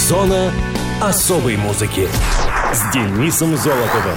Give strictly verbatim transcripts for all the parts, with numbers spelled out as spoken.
Зона особой музыки с Денисом Золотовым.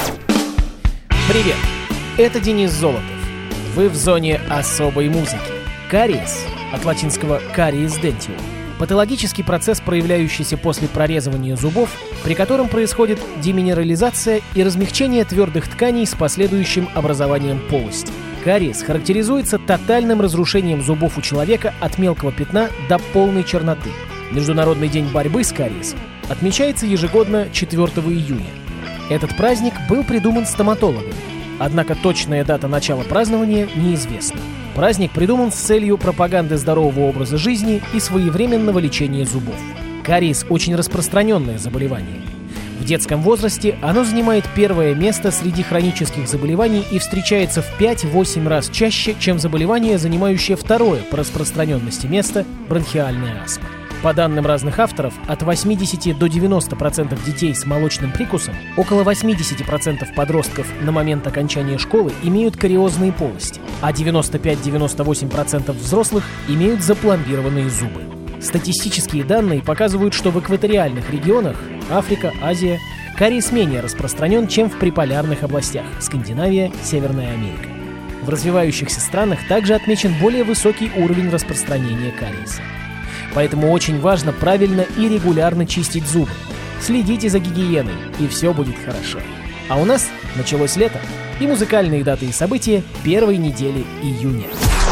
Привет, это Денис Золотов. Вы в зоне особой музыки. Кариес, от латинского caries dentium, патологический процесс, проявляющийся после прорезывания зубов, при котором происходит деминерализация и размягчение твердых тканей с последующим образованием полости. Кариес характеризуется тотальным разрушением зубов у человека от мелкого пятна до полной черноты. Международный день борьбы с кариесом отмечается ежегодно четвёртого июня. Этот праздник был придуман стоматологами, однако точная дата начала празднования неизвестна. Праздник придуман с целью пропаганды здорового образа жизни и своевременного лечения зубов. Кариес – очень распространенное заболевание. В детском возрасте оно занимает первое место среди хронических заболеваний и встречается в пять-восемь раз чаще, чем заболевание, занимающее второе по распространенности место – бронхиальная астма. По данным разных авторов, от восьмидесяти до девяноста процентов детей с молочным прикусом, около восьмидесяти процентов подростков на момент окончания школы имеют кариозные полости, а девяносто пять-девяносто восемь процентов взрослых имеют запломбированные зубы. Статистические данные показывают, что в экваториальных регионах – Африка, Азия – кариес менее распространен, чем в приполярных областях – Скандинавия, Северная Америка. В развивающихся странах также отмечен более высокий уровень распространения кариеса. Поэтому очень важно правильно и регулярно чистить зубы. Следите за гигиеной, и все будет хорошо. А у нас началось лето и музыкальные даты и события первой недели июня.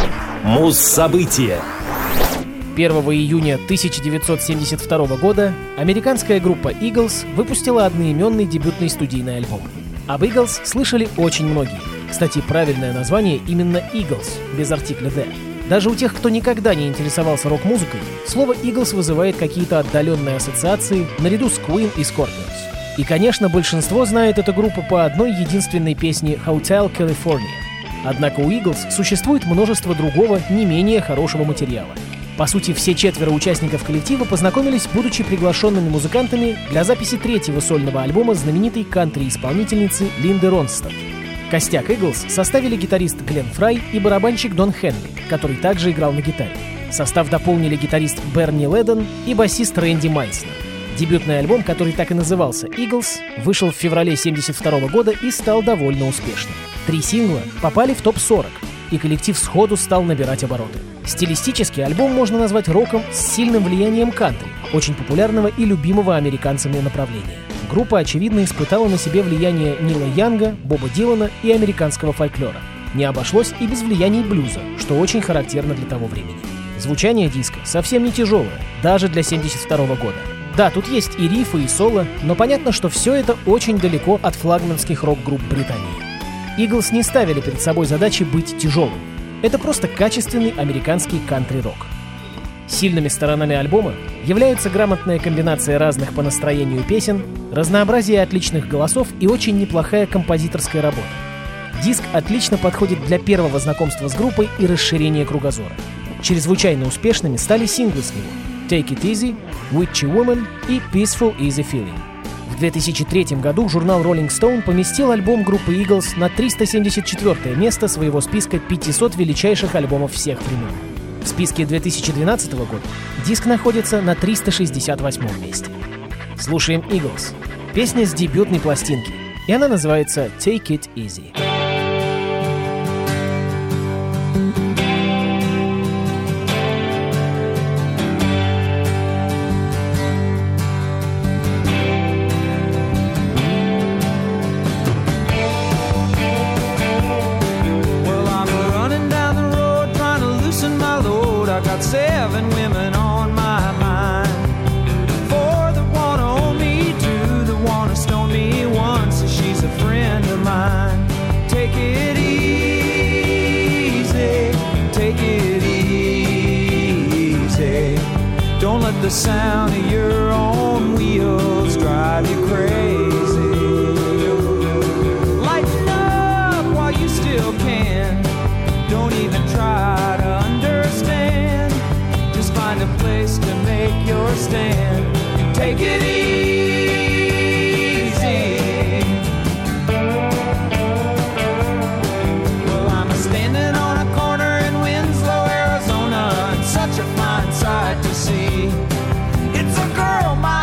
Муз-события. первого июня тысяча девятьсот семьдесят второго года американская группа Eagles выпустила одноименный дебютный студийный альбом. Об Eagles слышали очень многие. Кстати, правильное название именно Eagles, без артикля «the». Даже у тех, кто никогда не интересовался рок-музыкой, слово Eagles вызывает какие-то отдаленные ассоциации наряду с Queen и Scorpions. И, конечно, большинство знает эту группу по одной единственной песне «Hotel California». Однако у Eagles существует множество другого, не менее хорошего материала. По сути, все четверо участников коллектива познакомились, будучи приглашенными музыкантами для записи третьего сольного альбома знаменитой кантри-исполнительницы Линды Ронстадт. Костяк Eagles составили гитарист Глен Фрай и барабанщик Дон Хенли, который также играл на гитаре. Состав дополнили гитарист Берни Ледон и басист Рэнди Майснер. Дебютный альбом, который так и назывался Eagles, вышел в феврале семьдесят второго года и стал довольно успешным. Три сингла попали в топ сорок, и коллектив сходу стал набирать обороты. Стилистически альбом можно назвать роком с сильным влиянием кантри, очень популярного и любимого американцами направления. Группа, очевидно, испытала на себе влияние Нила Янга, Боба Дилана и американского фольклора. Не обошлось и без влияний блюза, что очень характерно для того времени. Звучание диска совсем не тяжелое, даже для семьдесят второго года. Да, тут есть и рифы, и соло, но понятно, что все это очень далеко от флагманских рок-групп Британии. Eagles не ставили перед собой задачи быть тяжелым. Это просто качественный американский кантри-рок. Сильными сторонами альбома являются грамотная комбинация разных по настроению песен, разнообразие отличных голосов и очень неплохая композиторская работа. Диск отлично подходит для первого знакомства с группой и расширения кругозора. Чрезвычайно успешными стали синглы с него «Take It Easy», «Witchy Woman» и «Peaceful Easy Feeling». В две тысячи третьем году журнал Rolling Stone поместил альбом группы Eagles на триста семьдесят четвёртое место своего списка пятисот величайших альбомов всех времен. В списке две тысячи двенадцатого года диск находится на триста шестьдесят восьмом месте. Слушаем Eagles. Песня с дебютной пластинки, и она называется «Take It Easy». Got seven women on my mind. Four that wanna own me, two that wanna stone me, one says she's a friend of mine. Take it easy, take it easy. Don't let the sound of your own wheels drive you crazy. Lighten up while you still can. Don't even try to understand. Find a place to make your stand and take it easy. Well, I'm standing on a corner in Winslow, Arizona, and such a fine sight to see. It's a girl my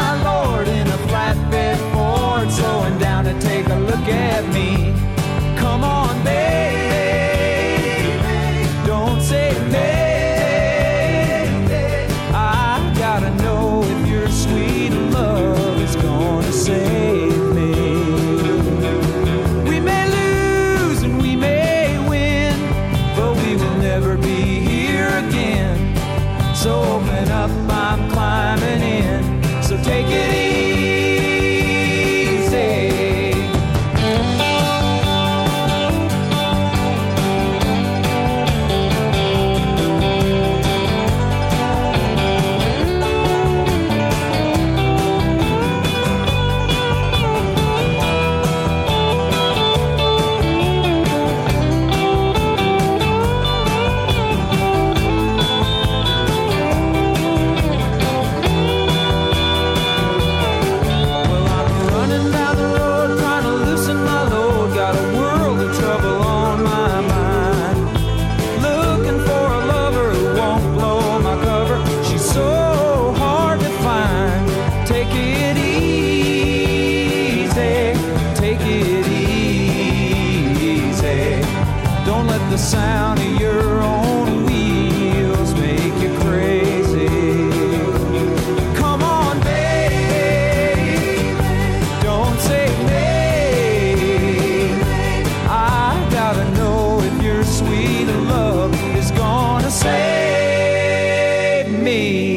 sound of your own wheels make you crazy. Come on, baby, don't say maybe. I gotta know if your sweet love is gonna save me.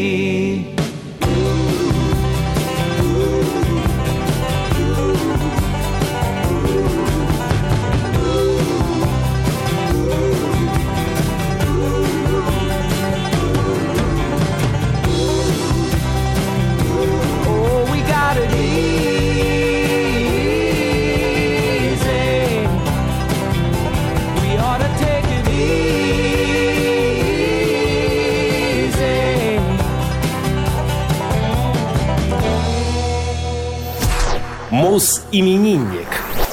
Муз-именинник.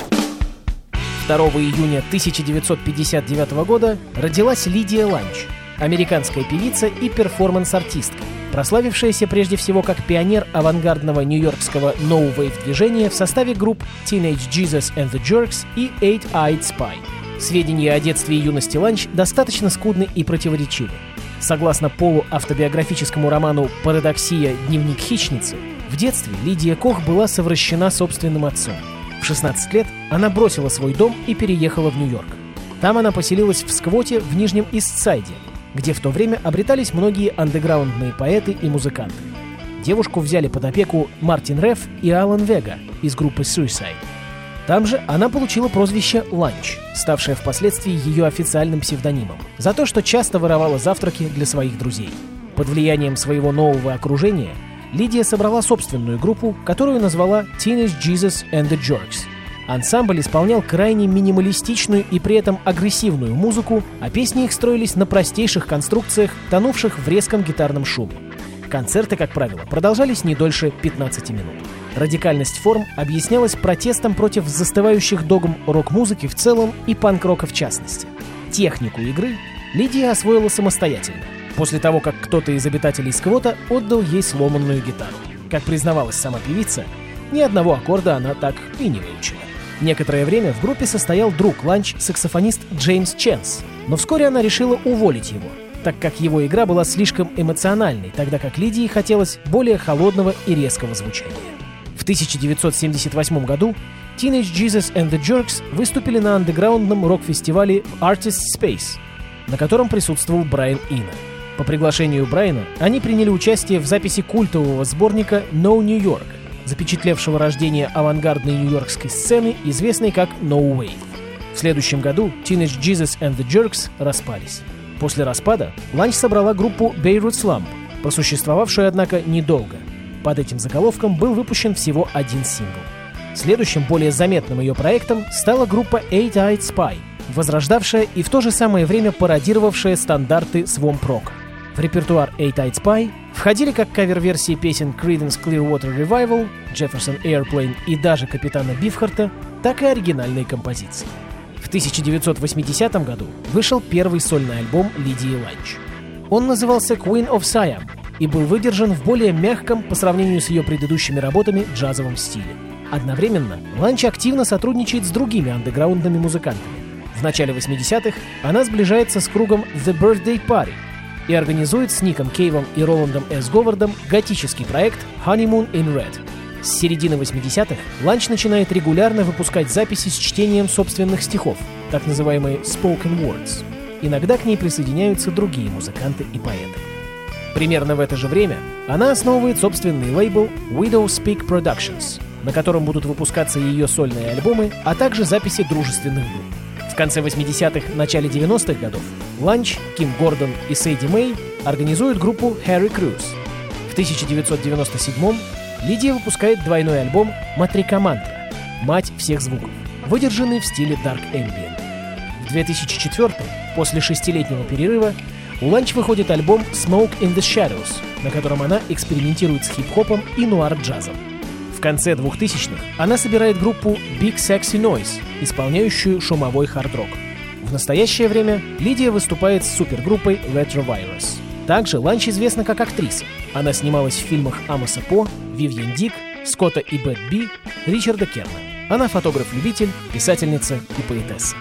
второго июня тысяча девятьсот пятьдесят девятого года родилась Лидия Ланч, американская певица и перформанс-артистка, прославившаяся прежде всего как пионер авангардного нью-йоркского no-wave движения в составе групп Teenage Jesus and the Jerks и Eight-Eyed Spy. Сведения о детстве и юности Ланч достаточно скудны и противоречивы. Согласно полуавтобиографическому роману «Парадоксия. Дневник хищницы», в детстве Лидия Кох была совращена собственным отцом. В шестнадцать лет она бросила свой дом и переехала в Нью-Йорк. Там она поселилась в сквоте в Нижнем Ист-Сайде, где в то время обретались многие андеграундные поэты и музыканты. Девушку взяли под опеку Мартин Реф и Алан Вега из группы Suicide. Там же она получила прозвище «Ланч», ставшее впоследствии ее официальным псевдонимом, за то, что часто воровала завтраки для своих друзей. Под влиянием своего нового окружения Лидия собрала собственную группу, которую назвала Teenage Jesus and the Jerks. Ансамбль исполнял крайне минималистичную и при этом агрессивную музыку, а песни их строились на простейших конструкциях, тонувших в резком гитарном шуме. Концерты, как правило, продолжались не дольше пятнадцати минут. Радикальность форм объяснялась протестом против застывающих догм рок-музыки в целом и панк-рока в частности. Технику игры Лидия освоила самостоятельно, после того, как кто-то из обитателей сквота отдал ей сломанную гитару. Как признавалась сама певица, ни одного аккорда она так и не выучила. Некоторое время в группе состоял друг Ланч, саксофонист Джеймс Ченс, но вскоре она решила уволить его, так как его игра была слишком эмоциональной, тогда как Лидии хотелось более холодного и резкого звучания. В тысяча девятьсот семьдесят восьмом году Teenage Jesus and the Jerks выступили на андеграундном рок-фестивале Artist Space, на котором присутствовал Брайан Ино. По приглашению Брайана они приняли участие в записи культового сборника No New York, запечатлевшего рождение авангардной нью-йоркской сцены, известной как No Wave. В следующем году Teenage Jesus and the Jerks распались. После распада Ланч собрала группу Beirut Slump, просуществовавшую, однако, недолго. Под этим заголовком был выпущен всего один сингл. Следующим, более заметным ее проектом стала группа Eight-Eyed Spy, возрождавшая и в то же самое время пародировавшая стандарты свомп-рока. В репертуар Eight-Eyed Spy входили как кавер-версии песен Creedence Clearwater Revival, Jefferson Airplane и даже Капитана Бифхарта, так и оригинальные композиции. В тысяча девятьсот восьмидесятом году вышел первый сольный альбом Лидии Ланч. Он назывался Queen of Siam и был выдержан в более мягком по сравнению с ее предыдущими работами джазовом стиле. Одновременно Ланч активно сотрудничает с другими андеграундными музыкантами. В начале восьмидесятых она сближается с кругом The Birthday Party и организует с Ником Кейвом и Роландом С. Говардом готический проект Honeymoon in Red. С середины восьмидесятых Ланч начинает регулярно выпускать записи с чтением собственных стихов, так называемые spoken words. Иногда к ней присоединяются другие музыканты и поэты. Примерно в это же время она основывает собственный лейбл Widow Speak Productions, на котором будут выпускаться ее сольные альбомы, а также записи дружественных групп. В конце восьмидесятых, начале девяностых годов Ланч, Ким Гордон и Сэйди Мэй организуют группу Harry Cruise. В тысяча девятьсот девяносто седьмом Лидия выпускает двойной альбом «Матрика Мантра» — «Мать всех звуков», выдержанный в стиле Dark Ambient. В две тысячи четвёртом, после шестилетнего перерыва, у Ланч выходит альбом «Smoke in the Shadows», на котором она экспериментирует с хип-хопом и нуар-джазом. В конце двухтысячных она собирает группу Big Sexy Noise, исполняющую шумовой хард-рок. В настоящее время Лидия выступает с супергруппой Retrovirus. Также Ланч известна как актриса. Она снималась в фильмах Амоса По, Вивьен Дик, Скотта и Бет Би, Ричарда Керна. Она фотограф-любитель, писательница и поэтесса.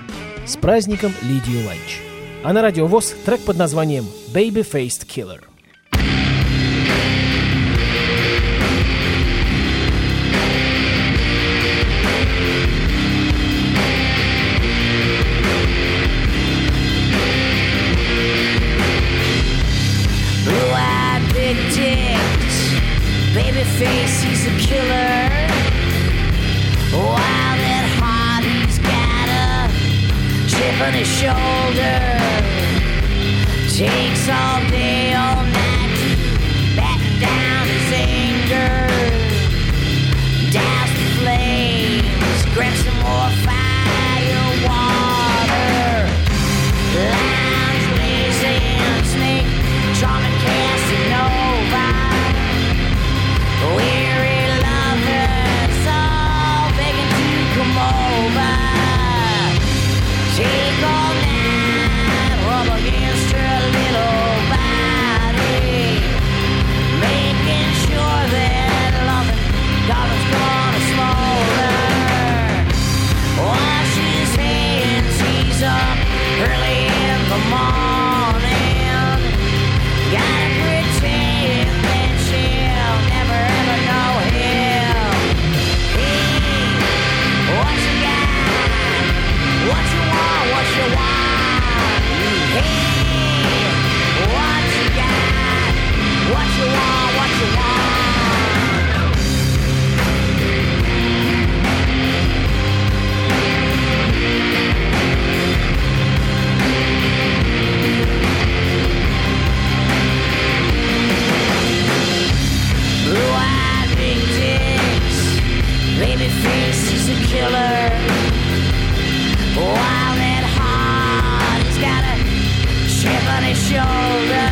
С праздником Лидию Лайч. А на Радио ВОС трек под названием «Baby-Faced Killer». Blue-eyed, big tits, baby face, he's a killer. Wild at heart, he's got a chip on his shoulder. Takes all day, all night to batten down his anger. Douse the flames, grab some more fire water. Lounge, lazy and snake, charming Casanova. Weary lovers, all begging to come over. Take all night, rub against her little body, making sure that loving darling's gonna smolder. Wash his hands, he's up early in the morning. Gotta pretend that she'll never ever know him. Hey, what you got? What you want? What you want? Hey, what you got? What you want? What you want? Blue-eyed, big dicks, baby face, he's a killer. Wild at heart, he's got a chip on his shoulder.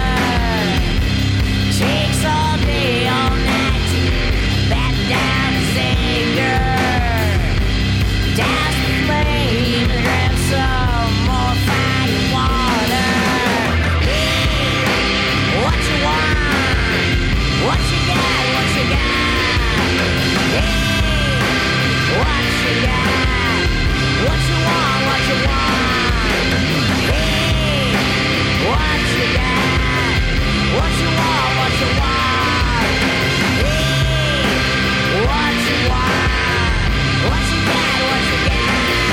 Takes all day, all night to batten down his anger. Douse the flame, grab some more fire water. Hey, what you want? What you got? What you got? Hey, what you got? What you want? What you want? Hey, what you got? What you want? What you want? Hey, what you want? What you got? What you got?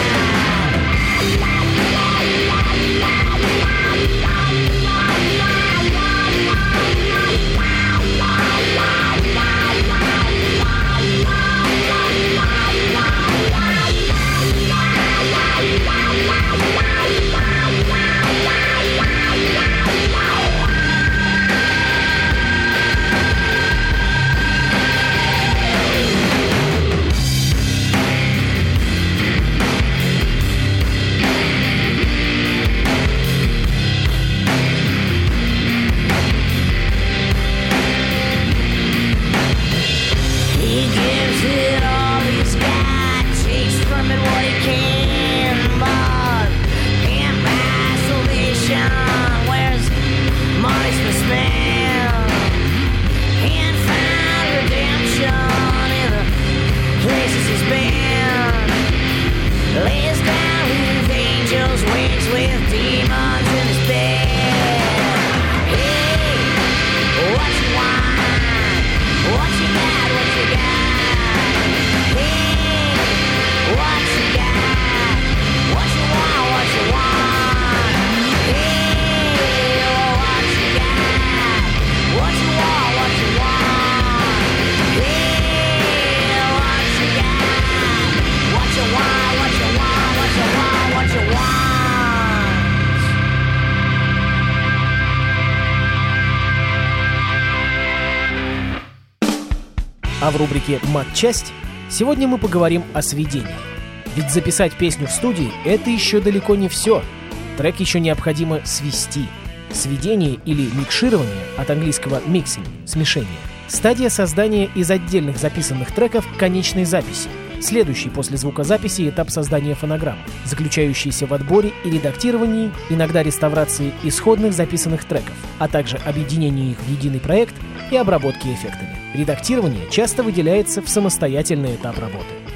He gives it all he's got, takes from it what he can, but can't buy salvation. Where's money's been spent? Can't find redemption in the places he's been. Lays down with angels, wakes with demons in his bed. Hey, what you want? What you got? What you got? Hey, what you got? What you want? What you want? Hey, what you got? What you want? What you want? Hey, what you got? What you want? What you want? What you want? What you want? А в рубрике «Матчасть» сегодня мы поговорим о сведении. Ведь записать песню в студии — это еще далеко не все. Трек еще необходимо свести. Сведение или микширование, от английского «mixing» — смешение. Стадия создания из отдельных записанных треков конечной записи. Следующий после звукозаписи этап создания фонограммы, заключающийся в отборе и редактировании, иногда реставрации исходных записанных треков, а также объединении их в единый проект и обработке эффектами. Редактирование часто выделяется в самостоятельный этап работы.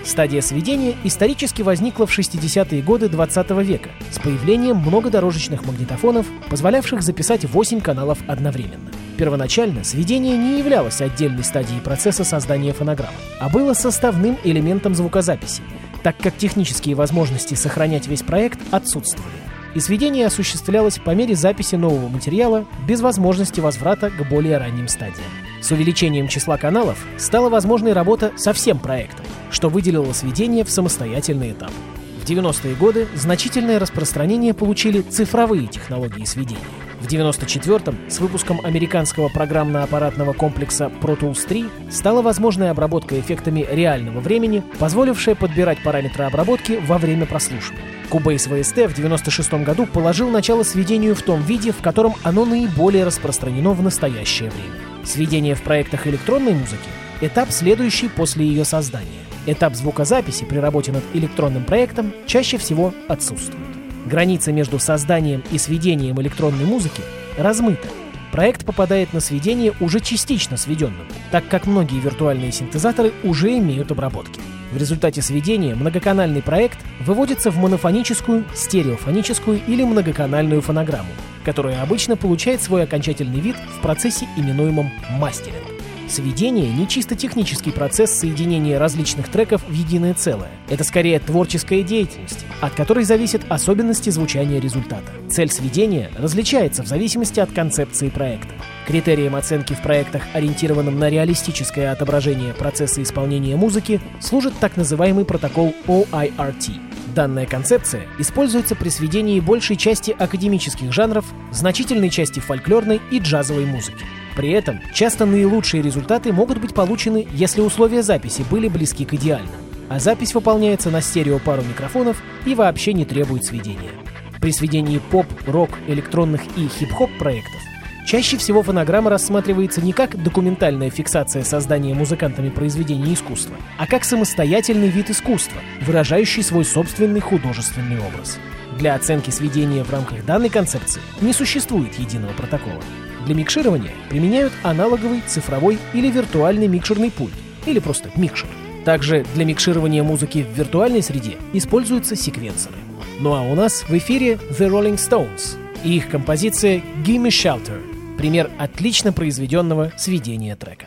Стадия сведения исторически возникла в шестидесятые годы двадцатого века с появлением многодорожечных магнитофонов, позволявших записать восемь каналов одновременно. Первоначально сведение не являлось отдельной стадией процесса создания фонограммы, а было составным элементом звукозаписи, так как технические возможности сохранять весь проект отсутствовали. И сведение осуществлялось по мере записи нового материала без возможности возврата к более ранним стадиям. С увеличением числа каналов стала возможной работа со всем проектом, что выделило сведение в самостоятельный этап. В девяностые годы значительное распространение получили цифровые технологии сведения. В девяносто четвёртом с выпуском американского программно-аппаратного комплекса Pro Tools три стала возможной обработка эффектами реального времени, позволившая подбирать параметры обработки во время прослушивания. Cubase ви эс ти в девяносто шестом году положил начало сведению в том виде, в котором оно наиболее распространено в настоящее время. Сведение в проектах электронной музыки — этап, следующий после ее создания. Этап звукозаписи при работе над электронным проектом чаще всего отсутствует. Граница между созданием и сведением электронной музыки размыта. Проект попадает на сведение уже частично сведенным, так как многие виртуальные синтезаторы уже имеют обработки. В результате сведения многоканальный проект выводится в монофоническую, стереофоническую или многоканальную фонограмму, которая обычно получает свой окончательный вид в процессе, именуемом мастеринг. Сведение — не чисто технический процесс соединения различных треков в единое целое. Это скорее творческая деятельность, от которой зависят особенности звучания результата. Цель сведения различается в зависимости от концепции проекта. Критерием оценки в проектах, ориентированном на реалистическое отображение процесса исполнения музыки, служит так называемый протокол о ай ар ти. Данная концепция используется при сведении большей части академических жанров, значительной части фольклорной и джазовой музыки. При этом часто наилучшие результаты могут быть получены, если условия записи были близки к идеальным, а запись выполняется на стереопару микрофонов и вообще не требует сведения. При сведении поп, рок, электронных и хип-хоп проектов чаще всего фонограмма рассматривается не как документальная фиксация создания музыкантами произведения искусства, а как самостоятельный вид искусства, выражающий свой собственный художественный образ. Для оценки сведения в рамках данной концепции не существует единого протокола. Для микширования применяют аналоговый, цифровой или виртуальный микшерный пульт, или просто микшер. Также для микширования музыки в виртуальной среде используются секвенсоры. Ну а у нас в эфире The Rolling Stones и их композиция «Gimme Shelter», пример отлично произведенного сведения трека.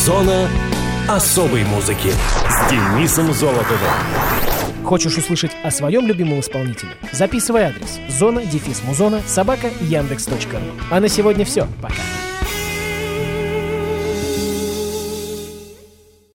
Зона особой музыки с Денисом Золотовым. Хочешь услышать о своем любимом исполнителе? Записывай адрес: зона дефис музона собака яндекс точка ру. А на сегодня все. Пока.